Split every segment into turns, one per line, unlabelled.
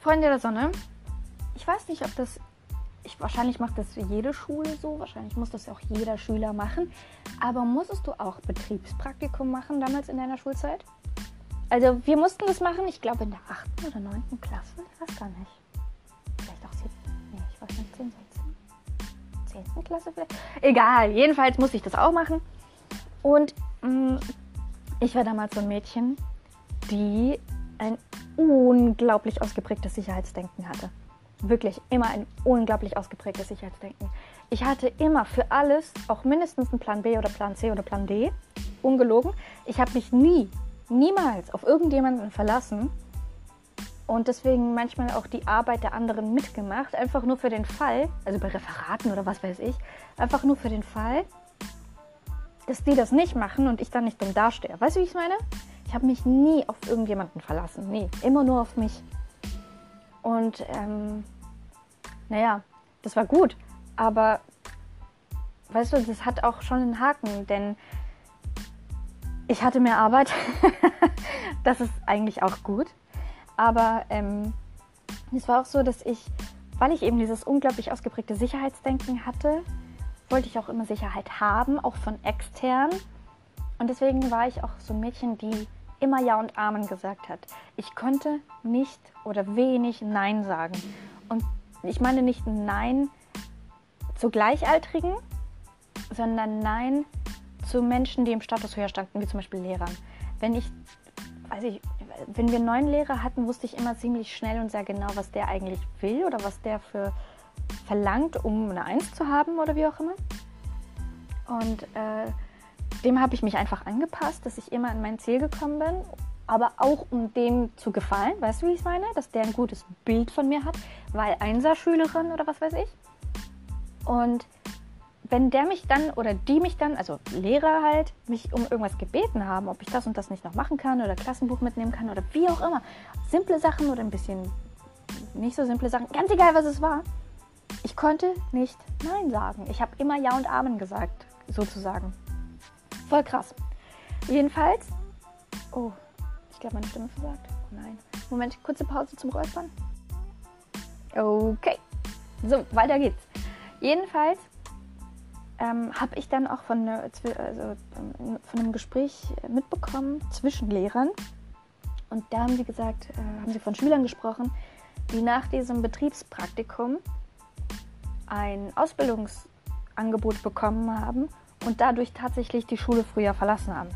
Freunde der Sonne, ich weiß nicht, ob das... wahrscheinlich macht das jede Schule so, wahrscheinlich muss das auch jeder Schüler machen. Aber musstest du auch Betriebspraktikum machen damals in deiner Schulzeit? Also wir mussten das machen, ich glaube in der 8. oder 9. Klasse, ich weiß gar nicht. Vielleicht auch 7. Nee, ich weiß nicht, 10, 16. 10. Klasse vielleicht. Egal, jedenfalls musste ich das auch machen. Und ich war damals so ein Mädchen, die ein unglaublich ausgeprägtes Sicherheitsdenken hatte. Wirklich immer ein unglaublich ausgeprägtes Sicherheitsdenken. Ich hatte immer für alles auch mindestens einen Plan B oder Plan C oder Plan D. Ungelogen. Ich habe mich niemals auf irgendjemanden verlassen und deswegen manchmal auch die Arbeit der anderen mitgemacht. Einfach nur für den Fall, also bei Referaten oder was weiß ich, einfach nur für den Fall, dass die das nicht machen und ich dann nicht dumm dastehe. Weißt du, wie ich meine? Ich habe mich nie auf irgendjemanden verlassen. Nee, immer nur auf mich. Und naja, das war gut, aber weißt du, das hat auch schon einen Haken, denn ich hatte mehr Arbeit, das ist eigentlich auch gut, aber es war auch so, dass weil ich eben dieses unglaublich ausgeprägte Sicherheitsdenken hatte, wollte ich auch immer Sicherheit haben, auch von extern und deswegen war ich auch so ein Mädchen, die immer Ja und Amen gesagt hat. Ich konnte nicht oder wenig Nein sagen. Und ich meine nicht Nein zu Gleichaltrigen, sondern Nein zu Menschen, die im Status höher standen, wie zum Beispiel Lehrern. Wenn wir einen neuen Lehrer hatten, wusste ich immer ziemlich schnell und sehr genau, was der eigentlich will oder was der verlangt, um eine 1 zu haben oder wie auch immer. Und dem habe ich mich einfach angepasst, dass ich immer an mein Ziel gekommen bin, aber auch um dem zu gefallen, weißt du, wie ich es meine? Dass der ein gutes Bild von mir hat, weil Einser-Schülerin oder was weiß ich. Und wenn der mich dann oder die mich dann, also Lehrer halt, mich um irgendwas gebeten haben, ob ich das und das nicht noch machen kann oder Klassenbuch mitnehmen kann oder wie auch immer, simple Sachen oder ein bisschen nicht so simple Sachen, ganz egal, was es war, ich konnte nicht Nein sagen. Ich habe immer Ja und Amen gesagt, sozusagen. Voll krass. Jedenfalls, oh, ich glaube, meine Stimme versagt. Oh nein. Moment, kurze Pause zum Räuspern. Okay, so, weiter geht's. Jedenfalls habe ich dann auch von einem Gespräch mitbekommen zwischen Lehrern. Und da haben sie gesagt, haben sie von Schülern gesprochen, die nach diesem Betriebspraktikum ein Ausbildungsangebot bekommen haben und dadurch tatsächlich die Schule früher verlassen haben.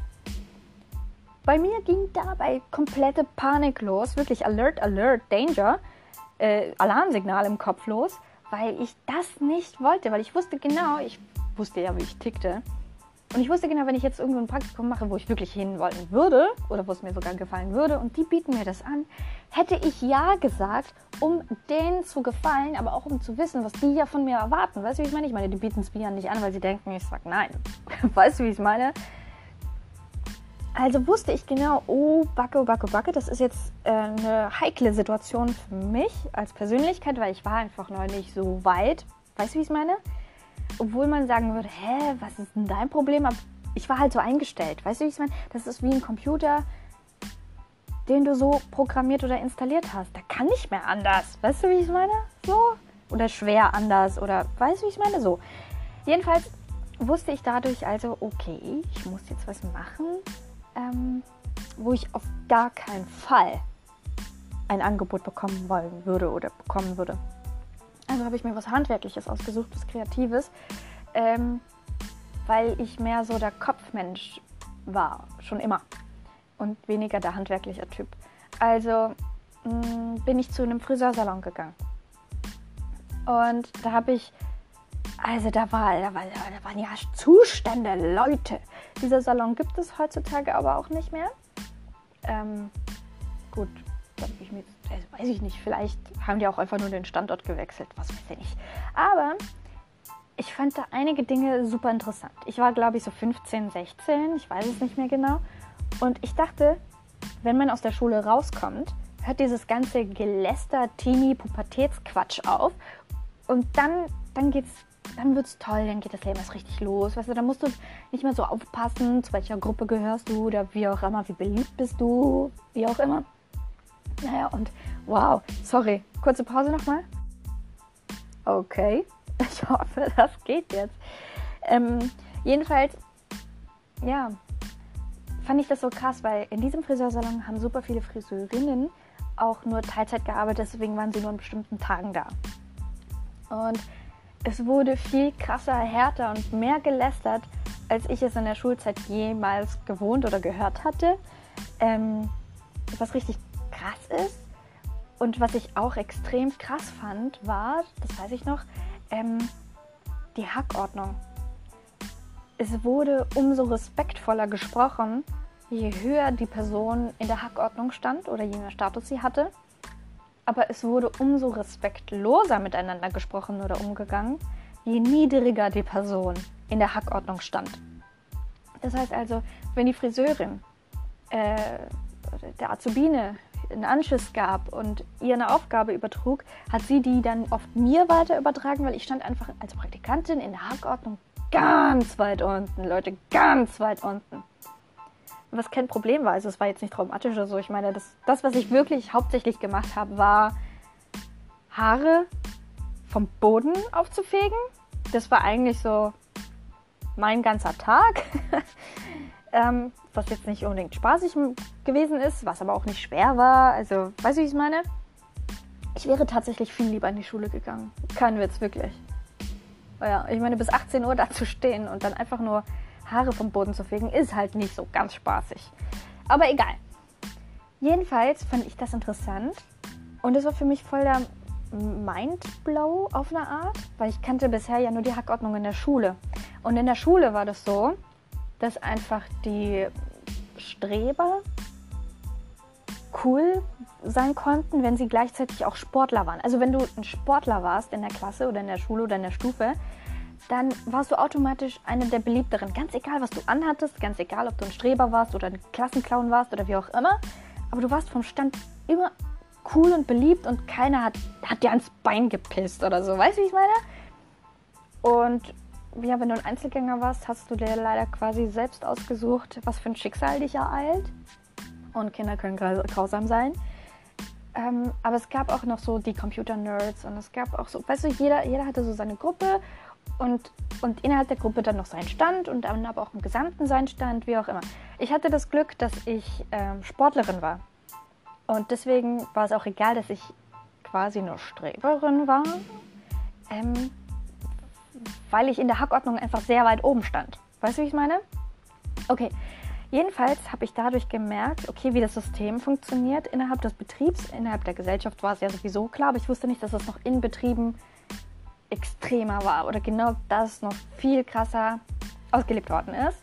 Bei mir ging dabei komplette Panik los, wirklich Alert, Alert, Danger, Alarmsignal im Kopf los, weil ich das nicht wollte, weil ich wusste genau, ich wusste ja, wie ich tickte. Und ich wusste genau, wenn ich jetzt irgendwo ein Praktikum mache, wo ich wirklich hin wollen würde oder wo es mir sogar gefallen würde und die bieten mir das an, hätte ich Ja gesagt, um denen zu gefallen, aber auch um zu wissen, was die ja von mir erwarten. Weißt du, wie ich meine? Ich meine, die bieten es mir ja nicht an, weil sie denken, ich sage nein. Weißt du, wie ich es meine? Also wusste ich genau, oh, Backe, das ist jetzt eine heikle Situation für mich als Persönlichkeit, weil ich war einfach noch nicht so weit. Weißt du, wie ich es meine? Obwohl man sagen würde, was ist denn dein Problem? Aber ich war halt so eingestellt. Weißt du, wie ich es meine? Das ist wie ein Computer, den du so programmiert oder installiert hast. Der kann nicht mehr anders. Weißt du, wie ich es meine? So. Oder schwer anders. Oder weißt du, wie ich es meine? So. Jedenfalls wusste ich dadurch also, okay, ich muss jetzt was machen, wo ich auf gar keinen Fall ein Angebot bekommen wollen würde oder bekommen würde. Also habe ich mir was Handwerkliches ausgesucht, was Kreatives, weil ich mehr so der Kopfmensch war, schon immer, und weniger der handwerkliche Typ. Also bin ich zu einem Friseursalon gegangen. Und da habe ich, also da waren ja Zustände, Leute. Dieser Salon gibt es heutzutage aber auch nicht mehr. Gut, da habe ich mir, weiß ich nicht, vielleicht haben die auch einfach nur den Standort gewechselt, was weiß ich. Aber ich fand da einige Dinge super interessant. Ich war, glaube ich, so 15, 16, ich weiß es nicht mehr genau. Und ich dachte, wenn man aus der Schule rauskommt, hört dieses ganze Geläster, Teenie-Pubertätsquatsch auf. Und dann wird's toll, dann geht das Leben erst richtig los. Weißt du, dann musst du nicht mehr so aufpassen, zu welcher Gruppe gehörst du oder wie auch immer, wie beliebt bist du, wie auch immer. Naja, und wow, sorry, kurze Pause nochmal. Okay, ich hoffe, das geht jetzt. Jedenfalls, ja, fand ich das so krass, weil in diesem Friseursalon haben super viele Friseurinnen auch nur Teilzeit gearbeitet, deswegen waren sie nur an bestimmten Tagen da. Und es wurde viel krasser, härter und mehr gelästert, als ich es in der Schulzeit jemals gewohnt oder gehört hatte. Was richtig krass ist und was ich auch extrem krass fand, war, das weiß ich noch, die Hackordnung. Es wurde umso respektvoller gesprochen, je höher die Person in der Hackordnung stand oder je mehr Status sie hatte. Aber es wurde umso respektloser miteinander gesprochen oder umgegangen, je niedriger die Person in der Hackordnung stand. Das heißt also, wenn die Friseurin der Azubine einen Anschiss gab und ihr eine Aufgabe übertrug, hat sie die dann oft mir weiter übertragen, weil ich stand einfach als Praktikantin in der Hackordnung ganz weit unten, Leute, ganz weit unten. Was kein Problem war, also es war jetzt nicht traumatisch oder so. Ich meine, das was ich wirklich hauptsächlich gemacht habe, war Haare vom Boden aufzufegen. Das war eigentlich so mein ganzer Tag, was jetzt nicht unbedingt spaßig gewesen ist, was aber auch nicht schwer war. Also, weißt du, wie ich es meine? Ich wäre tatsächlich viel lieber in die Schule gegangen. Kein Witz, wirklich. Ja, ich meine, bis 18 Uhr da zu stehen und dann einfach nur Haare vom Boden zu fegen, ist halt nicht so ganz spaßig. Aber egal. Jedenfalls fand ich das interessant und es war für mich voll der Mindblow auf eine Art, weil ich kannte bisher ja nur die Hackordnung in der Schule. Und in der Schule war das so, dass einfach die Streber cool sein konnten, wenn sie gleichzeitig auch Sportler waren. Also wenn du ein Sportler warst in der Klasse oder in der Schule oder in der Stufe, dann warst du automatisch einer der beliebteren. Ganz egal, was du anhattest, ganz egal, ob du ein Streber warst oder ein Klassenclown warst oder wie auch immer. Aber du warst vom Stand immer cool und beliebt und keiner hat dir ans Bein gepisst oder so. Weißt du, wie ich meine? Und ja, wenn du ein Einzelgänger warst, hast du dir leider quasi selbst ausgesucht, was für ein Schicksal dich ereilt. Und Kinder können grausam sein. Aber es gab auch noch so die Computer-Nerds und es gab auch so, weißt du, jeder hatte so seine Gruppe und innerhalb der Gruppe dann noch seinen Stand und dann aber auch im Gesamten seinen Stand, wie auch immer. Ich hatte das Glück, dass ich Sportlerin war. Und deswegen war es auch egal, dass ich quasi nur Streberin war, weil ich in der Hackordnung einfach sehr weit oben stand. Weißt du, wie ich meine? Okay, jedenfalls habe ich dadurch gemerkt, okay, wie das System funktioniert innerhalb des Betriebs. Innerhalb der Gesellschaft war es ja sowieso klar, aber ich wusste nicht, dass es noch in Betrieben extremer war oder genau das noch viel krasser ausgelebt worden ist.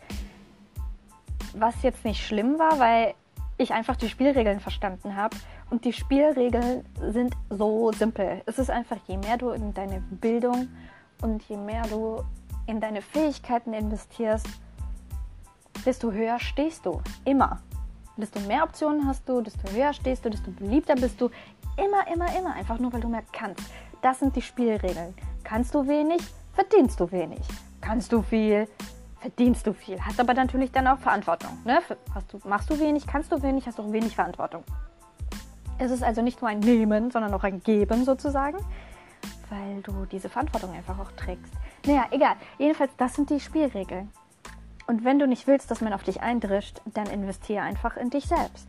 Was jetzt nicht schlimm war, weil ich einfach die Spielregeln verstanden habe. Und die Spielregeln sind so simpel. Es ist einfach, je mehr du in deine Bildung und je mehr du in deine Fähigkeiten investierst, desto höher stehst du. Immer. Desto mehr Optionen hast du, desto höher stehst du, desto beliebter bist du. Immer, immer, immer. Einfach nur, weil du mehr kannst. Das sind die Spielregeln. Kannst du wenig, verdienst du wenig. Kannst du viel, verdienst du viel. Hast aber natürlich dann auch Verantwortung. Ne? Machst du wenig, kannst du wenig, hast du auch wenig Verantwortung. Es ist also nicht nur ein Nehmen, sondern auch ein Geben sozusagen, weil du diese Verantwortung einfach auch trägst. Naja, egal. Jedenfalls, das sind die Spielregeln. Und wenn du nicht willst, dass man auf dich eindrischt, dann investiere einfach in dich selbst.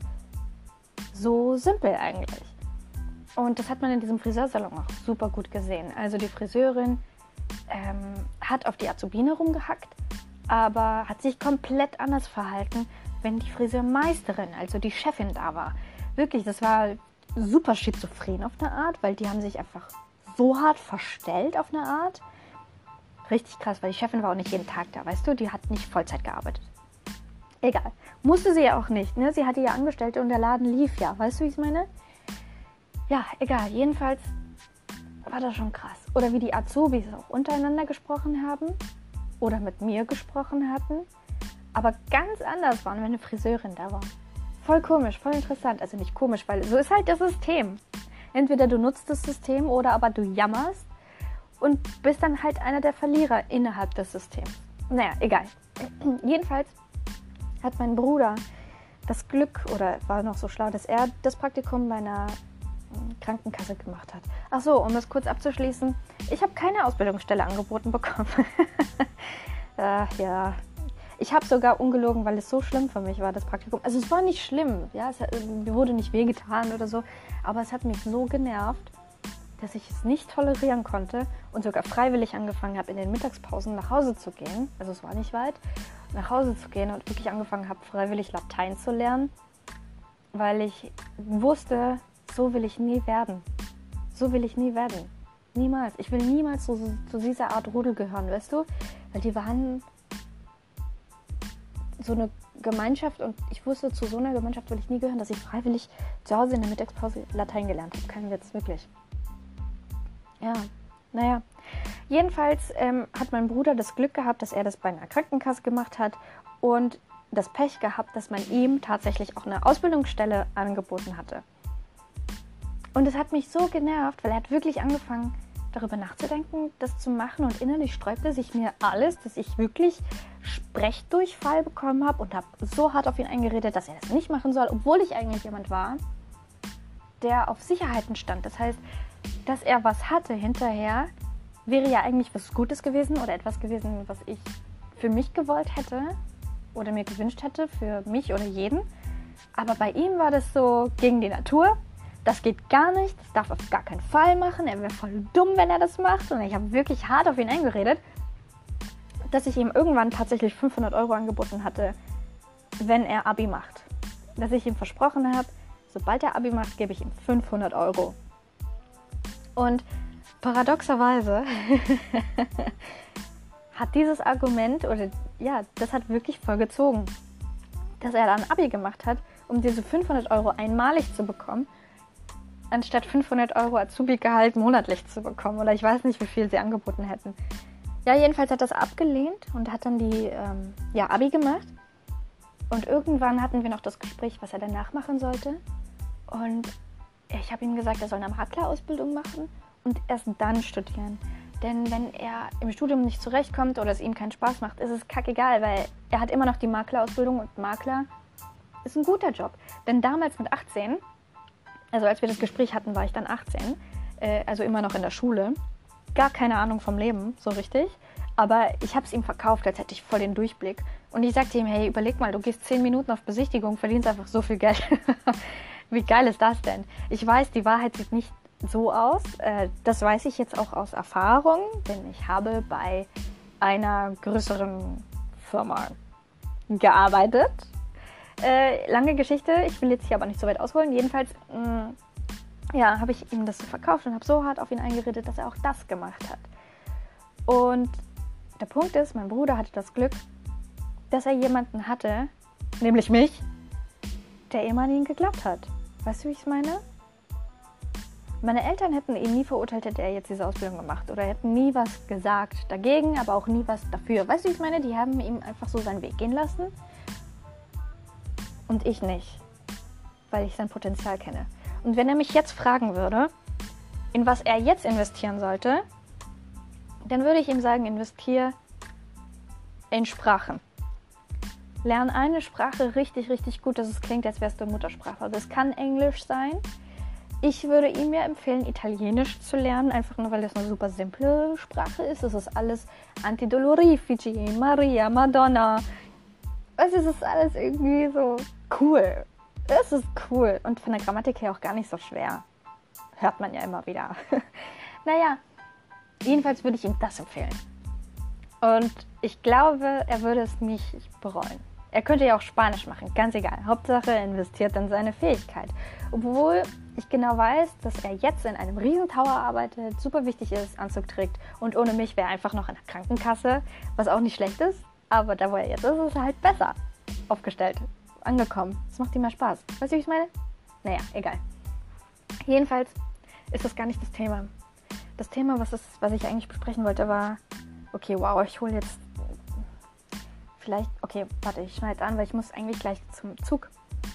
So simpel eigentlich. Und das hat man in diesem Friseursalon auch super gut gesehen. Also die Friseurin hat auf die Azubine rumgehackt, aber hat sich komplett anders verhalten, wenn die Friseurmeisterin, also die Chefin da war. Wirklich, das war super schizophren auf eine Art, weil die haben sich einfach so hart verstellt auf eine Art. Richtig krass, weil die Chefin war auch nicht jeden Tag da, weißt du? Die hat nicht Vollzeit gearbeitet. Egal. Musste sie ja auch nicht, ne? Sie hatte ja Angestellte und der Laden lief ja. Weißt du, wie ich es meine? Ja, egal. Jedenfalls war das schon krass. Oder wie die Azubis auch untereinander gesprochen haben oder mit mir gesprochen hatten. Aber ganz anders waren, wenn eine Friseurin da war. Voll komisch, voll interessant. Also nicht komisch, weil so ist halt das System. Entweder du nutzt das System oder aber du jammerst und bist dann halt einer der Verlierer innerhalb des Systems. Naja, egal. Jedenfalls hat mein Bruder das Glück oder war noch so schlau, dass er das Praktikum bei einer Krankenkasse gemacht hat. Ach so, um das kurz abzuschließen, ich habe keine Ausbildungsstelle angeboten bekommen. Ja, ich habe sogar ungelogen, weil es so schlimm für mich war, das Praktikum. Also es war nicht schlimm, ja, mir wurde nicht wehgetan oder so, aber es hat mich so genervt, dass ich es nicht tolerieren konnte und sogar freiwillig angefangen habe, in den Mittagspausen nach Hause zu gehen. Also es war nicht weit, nach Hause zu gehen und wirklich angefangen habe, freiwillig Latein zu lernen, weil ich wusste, so will ich nie werden. So will ich nie werden. Niemals. Ich will niemals zu dieser Art Rudel gehören, weißt du? Weil die waren so eine Gemeinschaft und ich wusste, zu so einer Gemeinschaft will ich nie gehören, dass ich freiwillig zu Hause in der Mittagspause Latein gelernt habe. Kein Witz, wirklich. Ja, naja. Jedenfalls hat mein Bruder das Glück gehabt, dass er das bei einer Krankenkasse gemacht hat und das Pech gehabt, dass man ihm tatsächlich auch eine Ausbildungsstelle angeboten hatte. Und es hat mich so genervt, weil er hat wirklich angefangen, darüber nachzudenken, das zu machen und innerlich sträubte sich mir alles, dass ich wirklich Sprechdurchfall bekommen habe und habe so hart auf ihn eingeredet, dass er das nicht machen soll, obwohl ich eigentlich jemand war, der auf Sicherheiten stand. Das heißt, dass er was hatte hinterher, wäre ja eigentlich was Gutes gewesen oder etwas gewesen, was ich für mich gewollt hätte oder mir gewünscht hätte, für mich oder jeden. Aber bei ihm war das so gegen die Natur. Das geht gar nicht, das darf auf gar keinen Fall machen. Er wäre voll dumm, wenn er das macht. Und ich habe wirklich hart auf ihn eingeredet, dass ich ihm irgendwann tatsächlich 500 € angeboten hatte, wenn er Abi macht. Dass ich ihm versprochen habe, sobald er Abi macht, gebe ich ihm 500 €. Und paradoxerweise hat dieses Argument, oder ja, das hat wirklich voll gezogen, dass er dann Abi gemacht hat, um diese 500 € einmalig zu bekommen, anstatt 500 € Azubi-Gehalt monatlich zu bekommen. Oder ich weiß nicht, wie viel sie angeboten hätten. Ja, jedenfalls hat er das abgelehnt und hat dann die Abi gemacht. Und irgendwann hatten wir noch das Gespräch, was er danach machen sollte. Und ich habe ihm gesagt, er soll eine Maklerausbildung machen und erst dann studieren. Denn wenn er im Studium nicht zurechtkommt oder es ihm keinen Spaß macht, ist es kackegal, weil er hat immer noch die Maklerausbildung und Makler ist ein guter Job. Denn damals mit 18, also als wir das Gespräch hatten, war ich dann 18, also immer noch in der Schule, gar keine Ahnung vom Leben, so richtig. Aber ich habe es ihm verkauft, als hätte ich voll den Durchblick. Und ich sagte ihm, hey, überleg mal, du gehst 10 Minuten auf Besichtigung, verdienst einfach so viel Geld. Wie geil ist das denn? Ich weiß, die Wahrheit sieht nicht so aus. Das weiß ich jetzt auch aus Erfahrung, denn ich habe bei einer größeren Firma gearbeitet. Lange Geschichte, ich will jetzt hier aber nicht so weit ausholen. Jedenfalls habe ich ihm das so verkauft und habe so hart auf ihn eingeredet, dass er auch das gemacht hat. Und der Punkt ist, mein Bruder hatte das Glück, dass er jemanden hatte, nämlich mich, der immer an ihn geglaubt hat. Weißt du, wie ich es meine? Meine Eltern hätten ihn nie verurteilt, hätte er jetzt diese Ausbildung gemacht. Oder hätten nie was gesagt dagegen, aber auch nie was dafür. Weißt du, wie ich meine? Die haben ihm einfach so seinen Weg gehen lassen. Und ich nicht. Weil ich sein Potenzial kenne. Und wenn er mich jetzt fragen würde, in was er jetzt investieren sollte, dann würde ich ihm sagen, investiere in Sprachen. Lern eine Sprache richtig, richtig gut, dass es klingt, als wärst du Muttersprachler. Das kann Englisch sein. Ich würde ihm ja empfehlen, Italienisch zu lernen, einfach nur, weil das eine super simple Sprache ist. Es ist alles Antidolorifici, Maria, Madonna. Es ist alles irgendwie so cool. Es ist cool und von der Grammatik her auch gar nicht so schwer. Hört man ja immer wieder. Naja, jedenfalls würde ich ihm das empfehlen. Und ich glaube, er würde es nicht bereuen. Er könnte ja auch Spanisch machen, ganz egal. Hauptsache, er investiert in seine Fähigkeit. Obwohl ich genau weiß, dass er jetzt in einem Riesentower arbeitet, super wichtig ist, Anzug trägt. Und ohne mich wäre er einfach noch in der Krankenkasse, was auch nicht schlecht ist. Aber da, wo er jetzt ist, ist er halt besser aufgestellt, angekommen. Es macht ihm mehr Spaß. Weißt du, wie ich meine? Naja, egal. Jedenfalls ist das gar nicht das Thema. Das Thema, was ich eigentlich besprechen wollte, war, okay, wow, ich hole jetzt vielleicht, okay, warte, ich schneide an, weil ich muss eigentlich gleich zum Zug.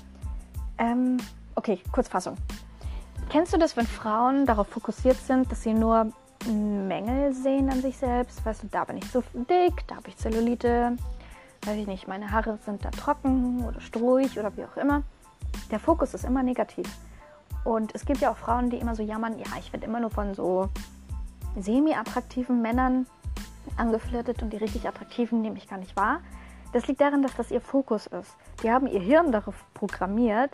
Okay, Kurzfassung. Kennst du das, wenn Frauen darauf fokussiert sind, dass sie nur Mängel sehen an sich selbst? Weißt du, da bin ich zu dick, da habe ich Zellulite, weiß ich nicht, meine Haare sind da trocken oder strohig oder wie auch immer. Der Fokus ist immer negativ. Und es gibt ja auch Frauen, die immer so jammern, ja, ich werde immer nur von so semi-attraktiven Männern angeflirtet und die richtig attraktiven nehme ich gar nicht wahr. Das liegt daran, dass das ihr Fokus ist. Die haben ihr Hirn darauf programmiert,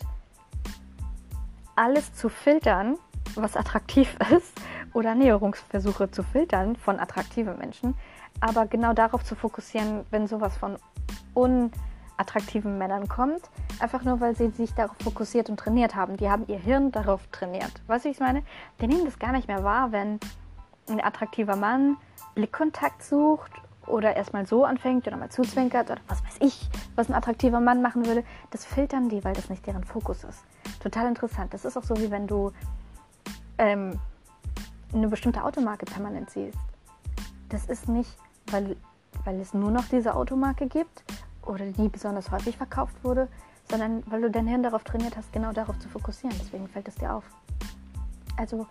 alles zu filtern, was attraktiv ist, oder Annäherungsversuche zu filtern von attraktiven Menschen, aber genau darauf zu fokussieren, wenn sowas von unattraktiven Männern kommt, einfach nur, weil sie sich darauf fokussiert und trainiert haben. Die haben ihr Hirn darauf trainiert. Weißt du, wie ich meine? Die nehmen das gar nicht mehr wahr, wenn ein attraktiver Mann Blickkontakt sucht oder erstmal so anfängt oder mal zuzwinkert oder was weiß ich, was ein attraktiver Mann machen würde. Das filtern die, weil das nicht deren Fokus ist. Total interessant. Das ist auch so, wie wenn du eine bestimmte Automarke permanent siehst. Das ist nicht, weil es nur noch diese Automarke gibt oder die besonders häufig verkauft wurde, sondern weil du dein Hirn darauf trainiert hast, genau darauf zu fokussieren. Deswegen fällt es dir auf. Also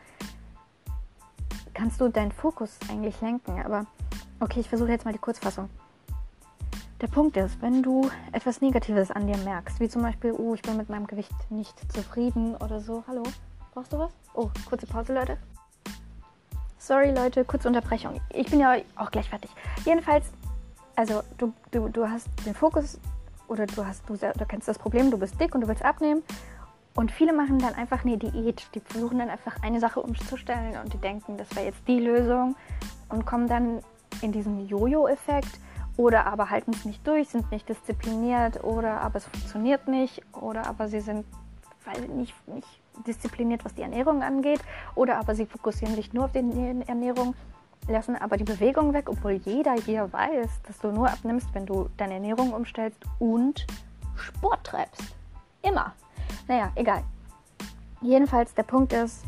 kannst du deinen Fokus eigentlich lenken. Aber okay, ich versuche jetzt mal die Kurzfassung. Der Punkt ist, wenn du etwas Negatives an dir merkst, wie zum Beispiel, oh, ich bin mit meinem Gewicht nicht zufrieden oder so. Hallo, brauchst du was? Oh, kurze Pause, Leute. Sorry, Leute, kurze Unterbrechung. Ich bin ja auch gleich fertig. Jedenfalls, also du hast den Fokus oder du kennst das Problem, du bist dick und du willst abnehmen. Und viele machen dann einfach eine Diät. Die versuchen dann einfach eine Sache umzustellen und die denken, das wäre jetzt die Lösung und kommen dann in diesen Jojo-Effekt oder aber halten es nicht durch, sind nicht diszipliniert oder aber es funktioniert nicht oder aber sie sind nicht diszipliniert, was die Ernährung angeht oder aber sie fokussieren sich nur auf die Ernährung, lassen aber die Bewegung weg, obwohl jeder hier weiß, dass du nur abnimmst, wenn du deine Ernährung umstellst und Sport treibst. Immer. Naja, egal. Jedenfalls, der Punkt ist,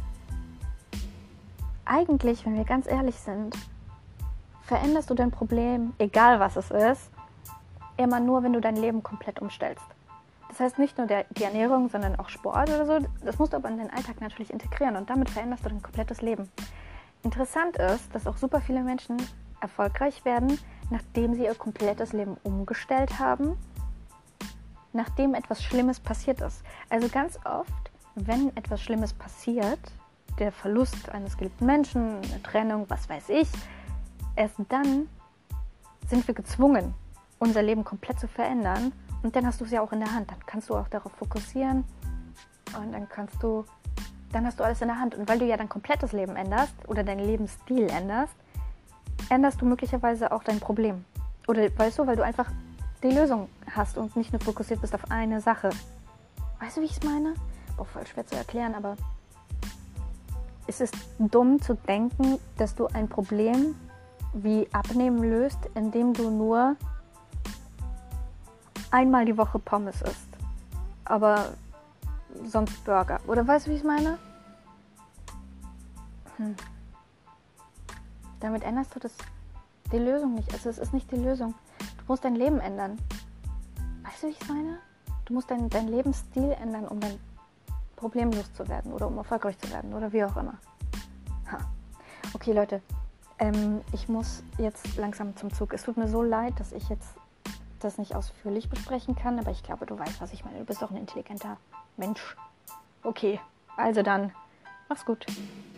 eigentlich, wenn wir ganz ehrlich sind, veränderst du dein Problem, egal was es ist, immer nur, wenn du dein Leben komplett umstellst. Das heißt nicht nur die Ernährung, sondern auch Sport oder so. Das musst du aber in deinen Alltag natürlich integrieren und damit veränderst du dein komplettes Leben. Interessant ist, dass auch super viele Menschen erfolgreich werden, nachdem sie ihr komplettes Leben umgestellt haben, nachdem etwas Schlimmes passiert ist. Also ganz oft, wenn etwas Schlimmes passiert, der Verlust eines geliebten Menschen, eine Trennung, was weiß ich, erst dann sind wir gezwungen, unser Leben komplett zu verändern und dann hast du es ja auch in der Hand. Dann kannst du auch darauf fokussieren und dann hast du alles in der Hand. Und weil du ja dein komplettes Leben änderst oder deinen Lebensstil änderst du möglicherweise auch dein Problem. Oder weißt du, weil du einfach die Lösung hast und nicht nur fokussiert bist auf eine Sache. Weißt du, wie ich es meine? Voll schwer zu erklären, aber es ist dumm zu denken, dass du ein Problem wie Abnehmen löst, indem du nur einmal die Woche Pommes isst, aber sonst Burger. Oder weißt du, wie ich es meine? Damit änderst du die Lösung nicht. Also es ist nicht die Lösung. Du musst dein Leben ändern. Weißt du, wie ich es meine? Du musst deinen Lebensstil ändern, um dein Problem loszuwerden oder um erfolgreich zu werden oder wie auch immer. Okay, Leute. Ich muss jetzt langsam zum Zug. Es tut mir so leid, dass ich jetzt das nicht ausführlich besprechen kann, aber ich glaube, du weißt, was ich meine. Du bist doch ein intelligenter Mensch. Okay, also dann, mach's gut.